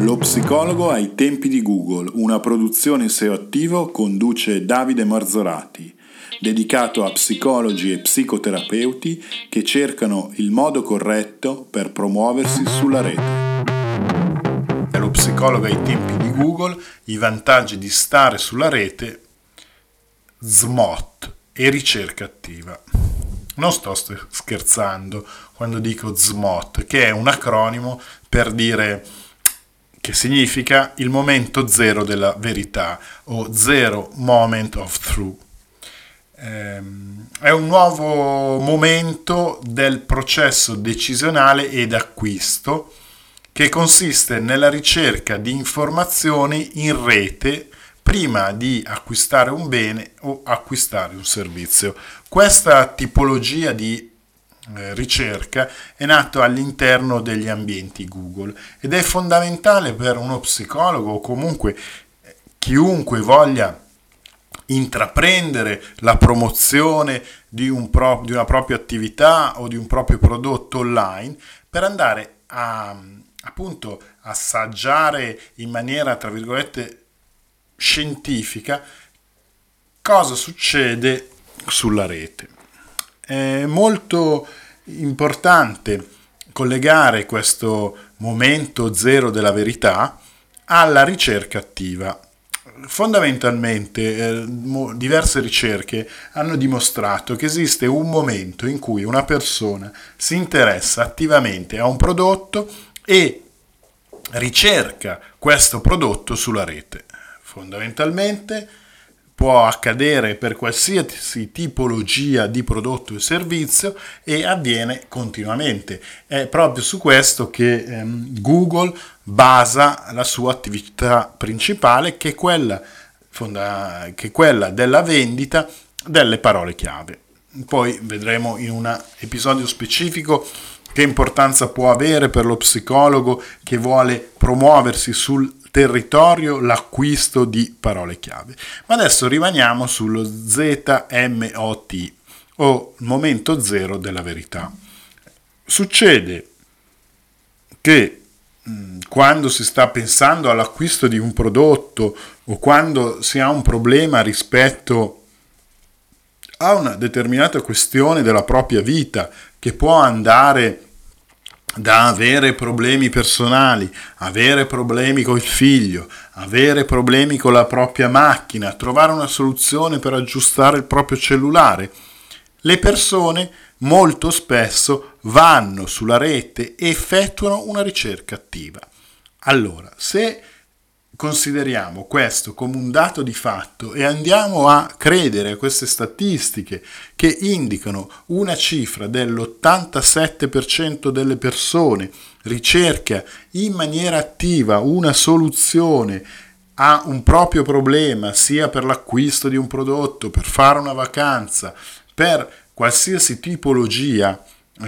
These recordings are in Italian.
Lo psicologo ai tempi di Google, una produzione SEO attivo, conduce Davide Marzorati, dedicato a psicologi e psicoterapeuti che cercano il modo corretto per promuoversi sulla rete. Lo psicologo ai tempi di Google, i vantaggi di stare sulla rete, SMOT e ricerca attiva. Non sto scherzando quando dico SMOT, che è un acronimo per dire che significa il momento zero della verità o Zero Moment of Truth. È un nuovo momento del processo decisionale ed acquisto che consiste nella ricerca di informazioni in rete prima di acquistare un bene o acquistare un servizio. Questa tipologia di ricerca è nato all'interno degli ambienti Google ed è fondamentale per uno psicologo o comunque chiunque voglia intraprendere la promozione di una propria attività o di un proprio prodotto online per andare a appunto assaggiare in maniera tra virgolette scientifica cosa succede sulla rete. È molto importante collegare questo momento zero della verità alla ricerca attiva. Fondamentalmente diverse ricerche hanno dimostrato che esiste un momento in cui una persona si interessa attivamente a un prodotto e ricerca questo prodotto sulla rete. Fondamentalmente può accadere per qualsiasi tipologia di prodotto e servizio e avviene continuamente. È proprio su questo che Google basa la sua attività principale, che è quella della vendita delle parole chiave. Poi vedremo in un episodio specifico che importanza può avere per lo psicologo che vuole promuoversi sul territorio l'acquisto di parole chiave. Ma adesso rimaniamo sullo ZMOT o momento zero della verità. Succede che quando si sta pensando all'acquisto di un prodotto o quando si ha un problema rispetto a una determinata questione della propria vita che può andare da avere problemi personali, avere problemi col figlio, avere problemi con la propria macchina, trovare una soluzione per aggiustare il proprio cellulare. Le persone molto spesso vanno sulla rete e effettuano una ricerca attiva. Allora, se consideriamo questo come un dato di fatto e andiamo a credere a queste statistiche che indicano una cifra dell'87% delle persone ricerca in maniera attiva una soluzione a un proprio problema, sia per l'acquisto di un prodotto, per fare una vacanza, per qualsiasi tipologia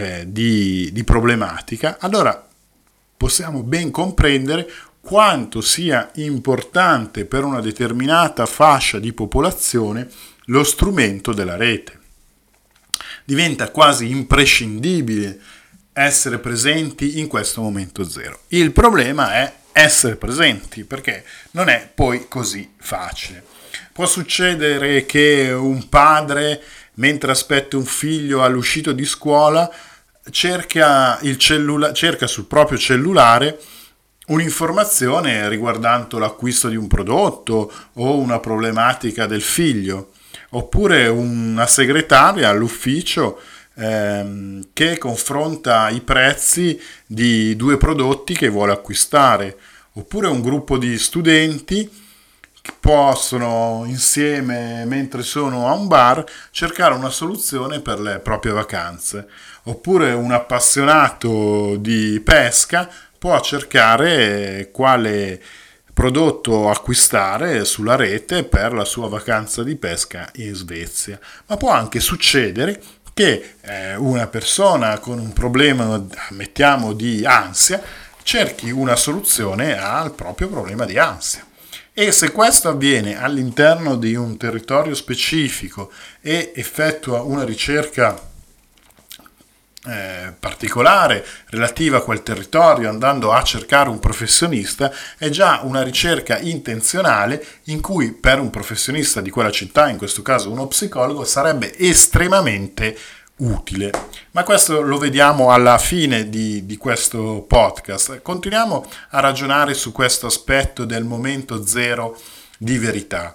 di problematica, allora possiamo ben comprendere quanto sia importante per una determinata fascia di popolazione lo strumento della rete. Diventa quasi imprescindibile essere presenti in questo momento zero. Il problema è essere presenti, perché non è poi così facile. Può succedere che un padre, mentre aspetta un figlio all'uscita di scuola, cerca sul proprio cellulare un'informazione riguardante l'acquisto di un prodotto o una problematica del figlio, oppure una segretaria all'ufficio che confronta i prezzi di due prodotti che vuole acquistare, oppure un gruppo di studenti che possono insieme, mentre sono a un bar, cercare una soluzione per le proprie vacanze, oppure un appassionato di pesca può cercare quale prodotto acquistare sulla rete per la sua vacanza di pesca in Svezia. Ma può anche succedere che una persona con un problema, mettiamo, di ansia, cerchi una soluzione al proprio problema di ansia. E se questo avviene all'interno di un territorio specifico e effettua una ricerca particolare relativa a quel territorio, andando a cercare un professionista, è già una ricerca intenzionale in cui per un professionista di quella città, in questo caso uno psicologo, sarebbe estremamente utile. Ma questo lo vediamo alla fine di questo podcast. Continuiamo a ragionare su questo aspetto del momento zero di verità.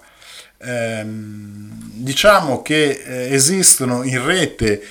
Diciamo che esistono in rete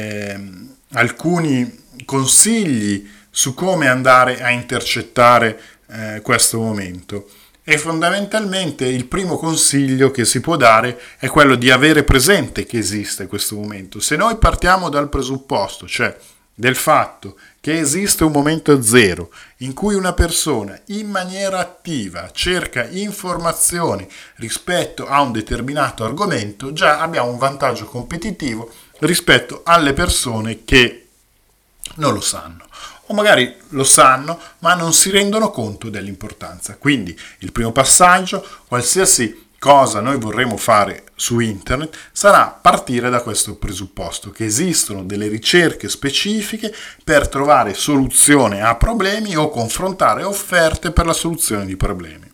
alcuni consigli su come andare a intercettare questo momento. E fondamentalmente il primo consiglio che si può dare è quello di avere presente che esiste questo momento. Se noi partiamo dal presupposto, cioè del fatto che esiste un momento zero in cui una persona in maniera attiva cerca informazioni rispetto a un determinato argomento, già abbiamo un vantaggio competitivo rispetto alle persone che non lo sanno. O magari lo sanno, ma non si rendono conto dell'importanza. Quindi il primo passaggio, qualsiasi cosa noi vorremmo fare su internet, sarà partire da questo presupposto, che esistono delle ricerche specifiche per trovare soluzione a problemi o confrontare offerte per la soluzione di problemi.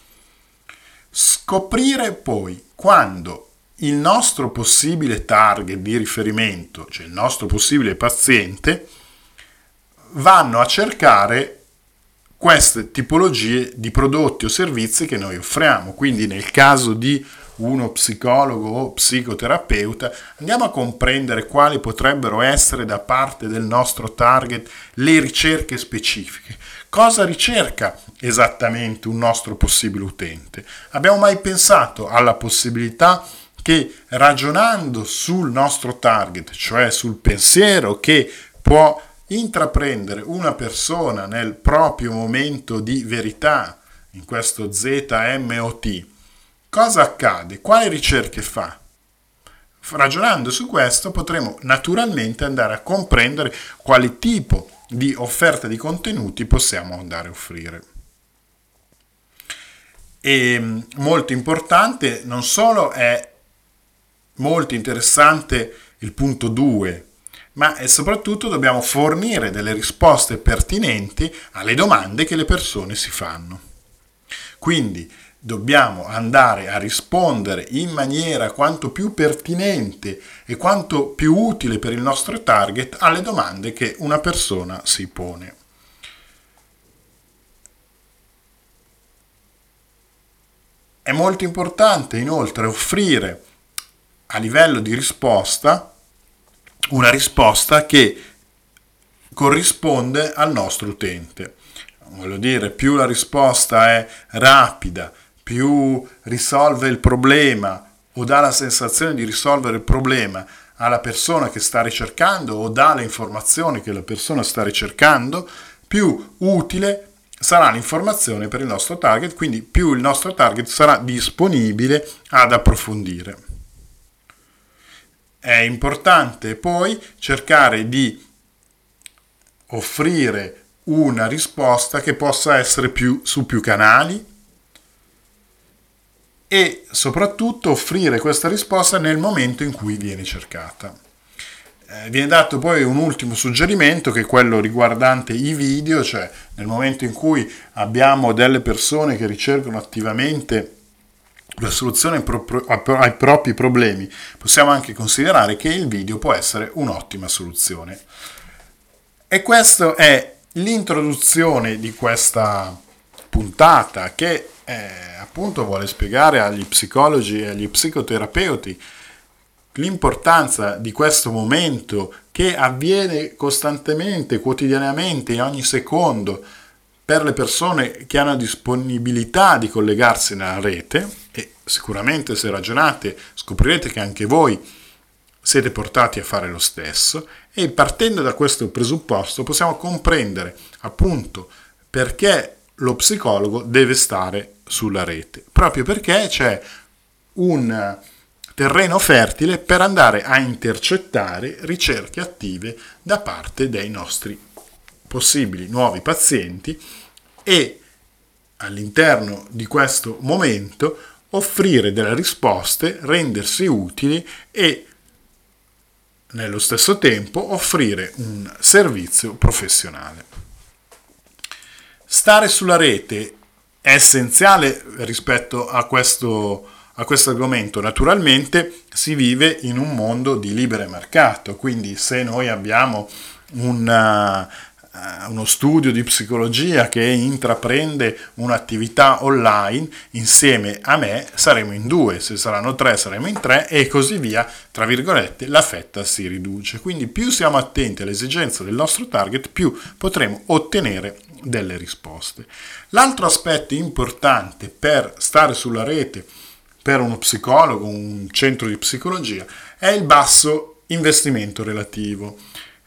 Scoprire poi quando il nostro possibile target di riferimento, cioè il nostro possibile paziente, vanno a cercare queste tipologie di prodotti o servizi che noi offriamo. Quindi nel caso di uno psicologo o psicoterapeuta andiamo a comprendere quali potrebbero essere da parte del nostro target le ricerche specifiche. Cosa ricerca esattamente un nostro possibile utente? Abbiamo mai pensato alla possibilità che ragionando sul nostro target, cioè sul pensiero che può intraprendere una persona nel proprio momento di verità, in questo ZMOT, cosa accade? Quali ricerche fa? Ragionando su questo potremo naturalmente andare a comprendere quale tipo di offerta di contenuti possiamo andare a offrire. E molto importante, non solo è molto interessante il punto 2, ma soprattutto dobbiamo fornire delle risposte pertinenti alle domande che le persone si fanno. Quindi dobbiamo andare a rispondere in maniera quanto più pertinente e quanto più utile per il nostro target alle domande che una persona si pone. È molto importante inoltre offrire a livello di risposta una risposta che corrisponde al nostro utente. Voglio dire, più la risposta è rapida, più risolve il problema o dà la sensazione di risolvere il problema alla persona che sta ricercando o dà le informazioni che la persona sta ricercando, più utile sarà l'informazione per il nostro target, quindi più il nostro target sarà disponibile ad approfondire. È importante poi cercare di offrire una risposta che possa essere su più canali e soprattutto offrire questa risposta nel momento in cui viene cercata. Viene dato poi un ultimo suggerimento che è quello riguardante i video, cioè nel momento in cui abbiamo delle persone che ricercano attivamente la soluzione ai propri problemi, possiamo anche considerare che il video può essere un'ottima soluzione. E questa è l'introduzione di questa puntata che appunto vuole spiegare agli psicologi e agli psicoterapeuti l'importanza di questo momento che avviene costantemente, quotidianamente, in ogni secondo, per le persone che hanno disponibilità di collegarsi nella rete, e sicuramente se ragionate scoprirete che anche voi siete portati a fare lo stesso, e partendo da questo presupposto possiamo comprendere appunto perché lo psicologo deve stare sulla rete, proprio perché c'è un terreno fertile per andare a intercettare ricerche attive da parte dei nostri possibili nuovi pazienti e all'interno di questo momento offrire delle risposte, rendersi utili e nello stesso tempo offrire un servizio professionale. Stare sulla rete è essenziale rispetto a questo argomento. Naturalmente si vive in un mondo di libero mercato, quindi se noi abbiamo uno studio di psicologia che intraprende un'attività online, insieme a me saremo in 2, se saranno 3 saremo in 3 e così via, tra virgolette, la fetta si riduce. Quindi più siamo attenti alle esigenze del nostro target, più potremo ottenere delle risposte. L'altro aspetto importante per stare sulla rete per uno psicologo, un centro di psicologia, è il basso investimento relativo.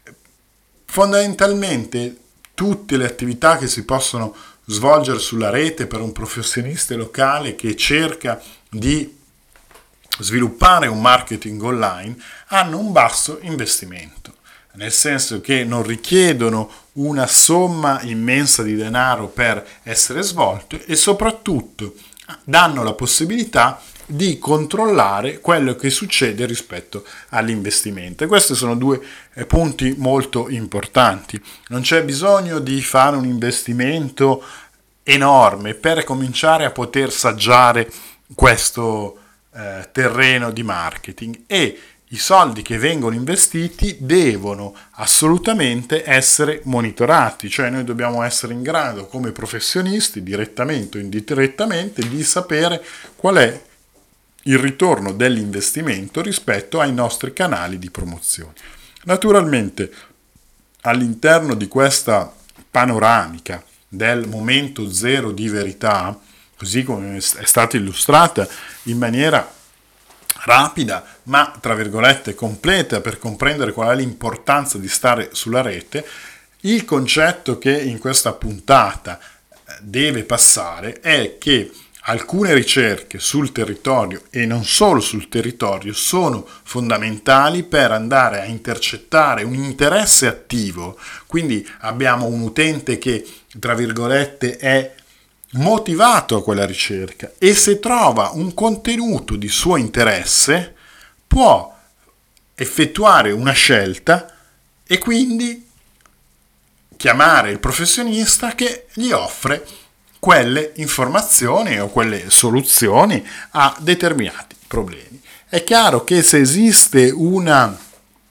Fondamentalmente tutte le attività che si possono svolgere sulla rete per un professionista locale che cerca di sviluppare un marketing online hanno un basso investimento, nel senso che non richiedono una somma immensa di denaro per essere svolte e soprattutto danno la possibilità di controllare quello che succede rispetto all'investimento. E questi sono 2 punti molto importanti. Non c'è bisogno di fare un investimento enorme per cominciare a poter saggiare questo terreno di marketing, e i soldi che vengono investiti devono assolutamente essere monitorati, cioè noi dobbiamo essere in grado come professionisti, direttamente o indirettamente, di sapere qual è il ritorno dell'investimento rispetto ai nostri canali di promozione. Naturalmente all'interno di questa panoramica del momento zero di verità, così come è stata illustrata in maniera rapida ma tra virgolette completa per comprendere qual è l'importanza di stare sulla rete, il concetto che in questa puntata deve passare è che alcune ricerche sul territorio e non solo sul territorio sono fondamentali per andare a intercettare un interesse attivo, quindi abbiamo un utente che tra virgolette è motivato a quella ricerca e se trova un contenuto di suo interesse può effettuare una scelta e quindi chiamare il professionista che gli offre quelle informazioni o quelle soluzioni a determinati problemi. È chiaro che se esiste una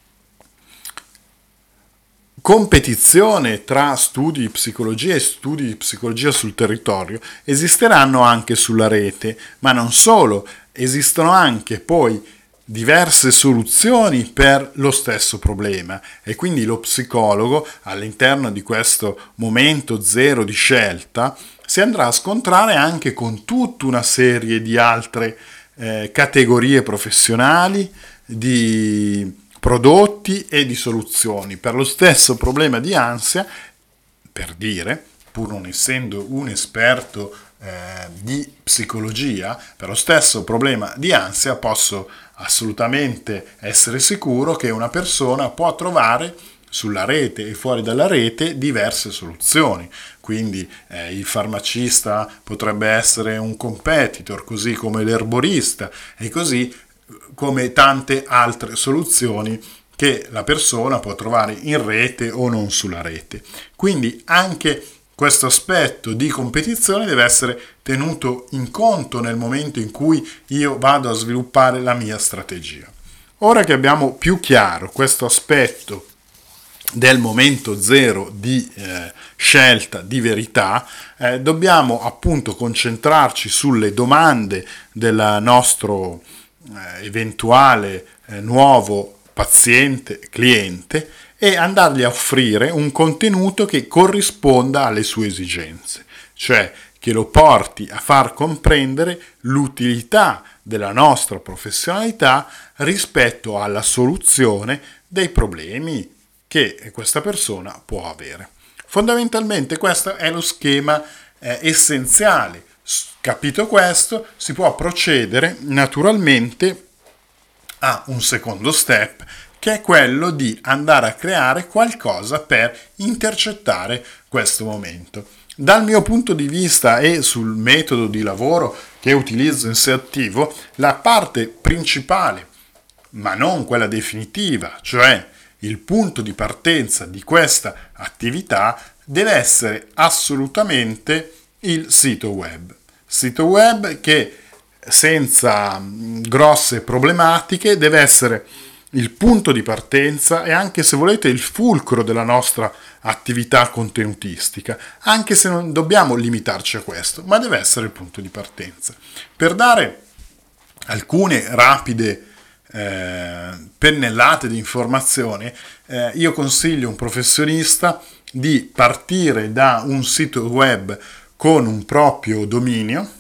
competizione tra studi di psicologia e studi di psicologia sul territorio, esisteranno anche sulla rete, ma non solo, esistono anche poi diverse soluzioni per lo stesso problema e quindi lo psicologo all'interno di questo momento zero di scelta si andrà a scontrare anche con tutta una serie di altre categorie professionali, di prodotti e di soluzioni per lo stesso problema di ansia, per dire, pur non essendo un esperto di psicologia, per lo stesso problema di ansia posso assolutamente essere sicuro che una persona può trovare sulla rete e fuori dalla rete diverse soluzioni. Quindi il farmacista potrebbe essere un competitor, così come l'erborista e così come tante altre soluzioni che la persona può trovare in rete o non sulla rete. Quindi anche questo aspetto di competizione deve essere tenuto in conto nel momento in cui io vado a sviluppare la mia strategia. Ora che abbiamo più chiaro questo aspetto del momento zero di scelta, di verità, dobbiamo appunto concentrarci sulle domande del nostro eventuale nuovo paziente, cliente, e andargli a offrire un contenuto che corrisponda alle sue esigenze, cioè che lo porti a far comprendere l'utilità della nostra professionalità rispetto alla soluzione dei problemi che questa persona può avere. Fondamentalmente questo è lo schema essenziale. Capito questo, si può procedere naturalmente a un secondo step, che è quello di andare a creare qualcosa per intercettare questo momento. Dal mio punto di vista e sul metodo di lavoro che utilizzo in SEO Attivo, la parte principale ma non quella definitiva, cioè il punto di partenza di questa attività deve essere assolutamente il sito web. Sito web che senza grosse problematiche deve essere il punto di partenza e anche, se volete, il fulcro della nostra attività contenutistica, anche se non dobbiamo limitarci a questo, ma deve essere il punto di partenza. Per dare alcune rapide pennellate di informazione, io consiglio a un professionista di partire da un sito web con un proprio dominio,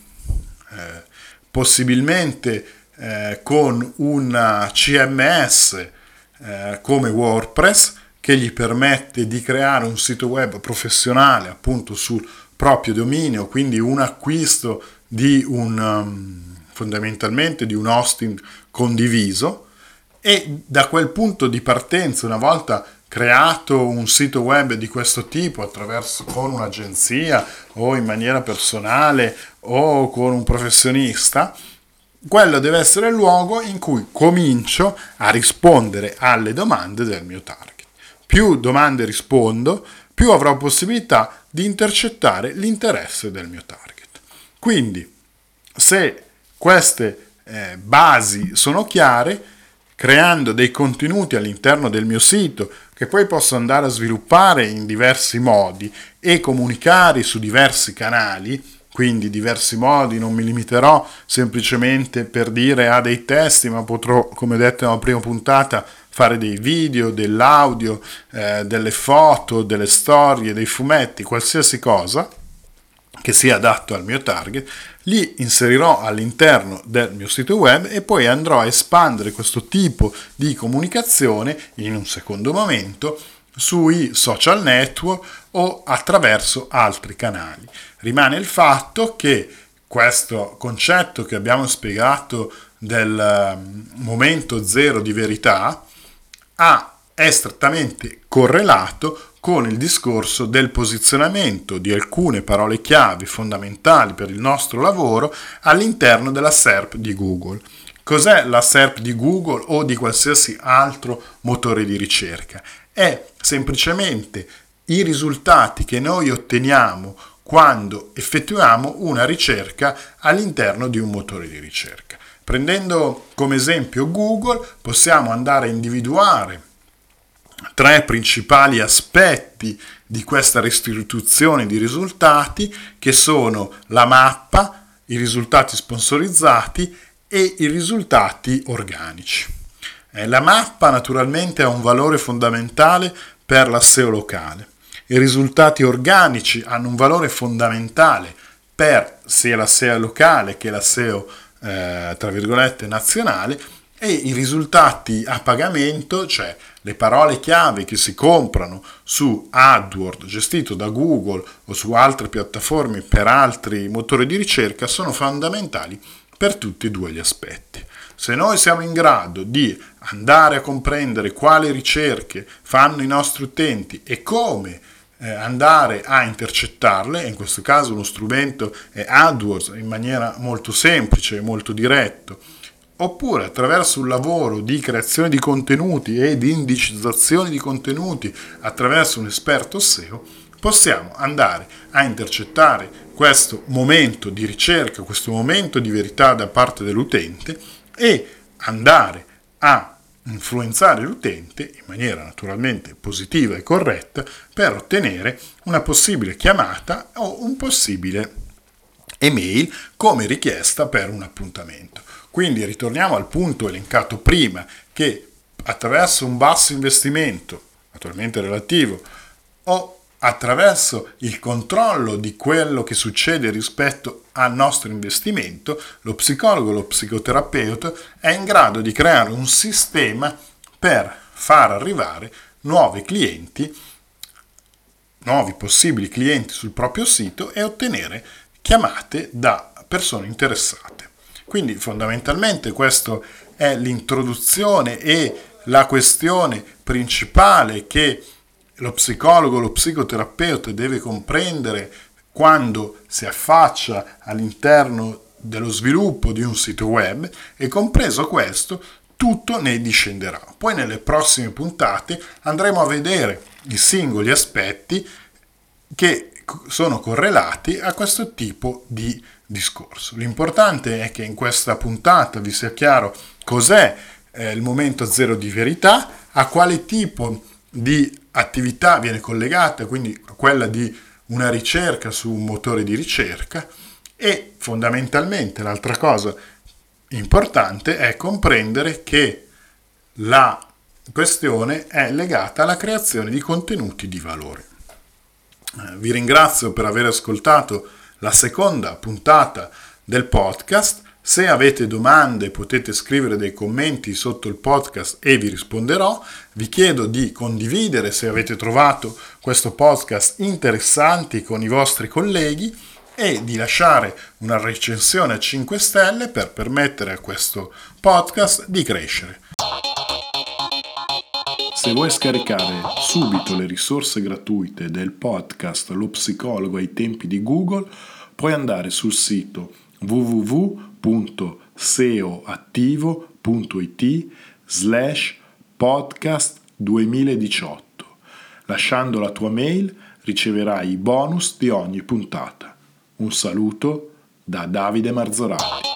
possibilmente con un CMS come WordPress, che gli permette di creare un sito web professionale appunto sul proprio dominio, quindi un acquisto di fondamentalmente di un hosting condiviso, e da quel punto di partenza, una volta creato un sito web di questo tipo con un'agenzia o in maniera personale o con un professionista, quello deve essere il luogo in cui comincio a rispondere alle domande del mio target. Più domande rispondo, più avrò possibilità di intercettare l'interesse del mio target. Quindi, se queste basi sono chiare, creando dei contenuti all'interno del mio sito che poi posso andare a sviluppare in diversi modi e comunicare su diversi canali, quindi diversi modi, non mi limiterò semplicemente per dire dei testi, ma potrò, come detto nella prima puntata, fare dei video, dell'audio, delle foto, delle storie, dei fumetti, qualsiasi cosa che sia adatto al mio target, li inserirò all'interno del mio sito web e poi andrò a espandere questo tipo di comunicazione in un secondo momento sui social network o attraverso altri canali. Rimane il fatto che questo concetto che abbiamo spiegato del momento zero di verità è strettamente correlato con il discorso del posizionamento di alcune parole chiave fondamentali per il nostro lavoro all'interno della SERP di Google. Cos'è la SERP di Google o di qualsiasi altro motore di ricerca? È semplicemente i risultati che noi otteniamo quando effettuiamo una ricerca all'interno di un motore di ricerca. Prendendo come esempio Google, possiamo andare a individuare 3 principali aspetti di questa restituzione di risultati, che sono la mappa, i risultati sponsorizzati e i risultati organici. La mappa naturalmente ha un valore fondamentale per la SEO locale. I risultati organici hanno un valore fondamentale per sia la SEO locale che la SEO tra virgolette nazionale, e i risultati a pagamento, cioè le parole chiave che si comprano su AdWords gestito da Google o su altre piattaforme per altri motori di ricerca, sono fondamentali per tutti e due gli aspetti. Se noi siamo in grado di andare a comprendere quali ricerche fanno i nostri utenti e come andare a intercettarle, in questo caso uno strumento è AdWords in maniera molto semplice e molto diretto, oppure attraverso un lavoro di creazione di contenuti e di indicizzazione di contenuti attraverso un esperto SEO, possiamo andare a intercettare questo momento di ricerca, questo momento di verità da parte dell'utente e andare a influenzare l'utente in maniera naturalmente positiva e corretta per ottenere una possibile chiamata o un possibile email come richiesta per un appuntamento. Quindi ritorniamo al punto elencato prima, che attraverso un basso investimento, naturalmente relativo, o attraverso il controllo di quello che succede rispetto al nostro investimento, lo psicologo, lo psicoterapeuta è in grado di creare un sistema per far arrivare nuovi clienti, nuovi possibili clienti sul proprio sito e ottenere chiamate da persone interessate. Quindi fondamentalmente questa è l'introduzione e la questione principale che lo psicologo, lo psicoterapeuta deve comprendere quando si affaccia all'interno dello sviluppo di un sito web, e compreso questo, tutto ne discenderà. Poi nelle prossime puntate andremo a vedere i singoli aspetti che sono correlati a questo tipo di discorso. L'importante è che in questa puntata vi sia chiaro cos'è il momento zero di verità, a quale tipo di attività viene collegata, quindi quella di una ricerca su un motore di ricerca, e fondamentalmente l'altra cosa importante è comprendere che la questione è legata alla creazione di contenuti di valore. Vi ringrazio per aver ascoltato la seconda puntata del podcast. Se avete domande potete scrivere dei commenti sotto il podcast e vi risponderò. Vi chiedo di condividere se avete trovato questo podcast interessanti con i vostri colleghi e di lasciare una recensione a 5 stelle per permettere a questo podcast di crescere. Se vuoi scaricare subito le risorse gratuite del podcast Lo Psicologo ai tempi di Google, puoi andare sul sito www.seoattivo.it/podcast 2018. Lasciando la tua mail riceverai i bonus di ogni puntata. Un saluto da Davide Marzorati.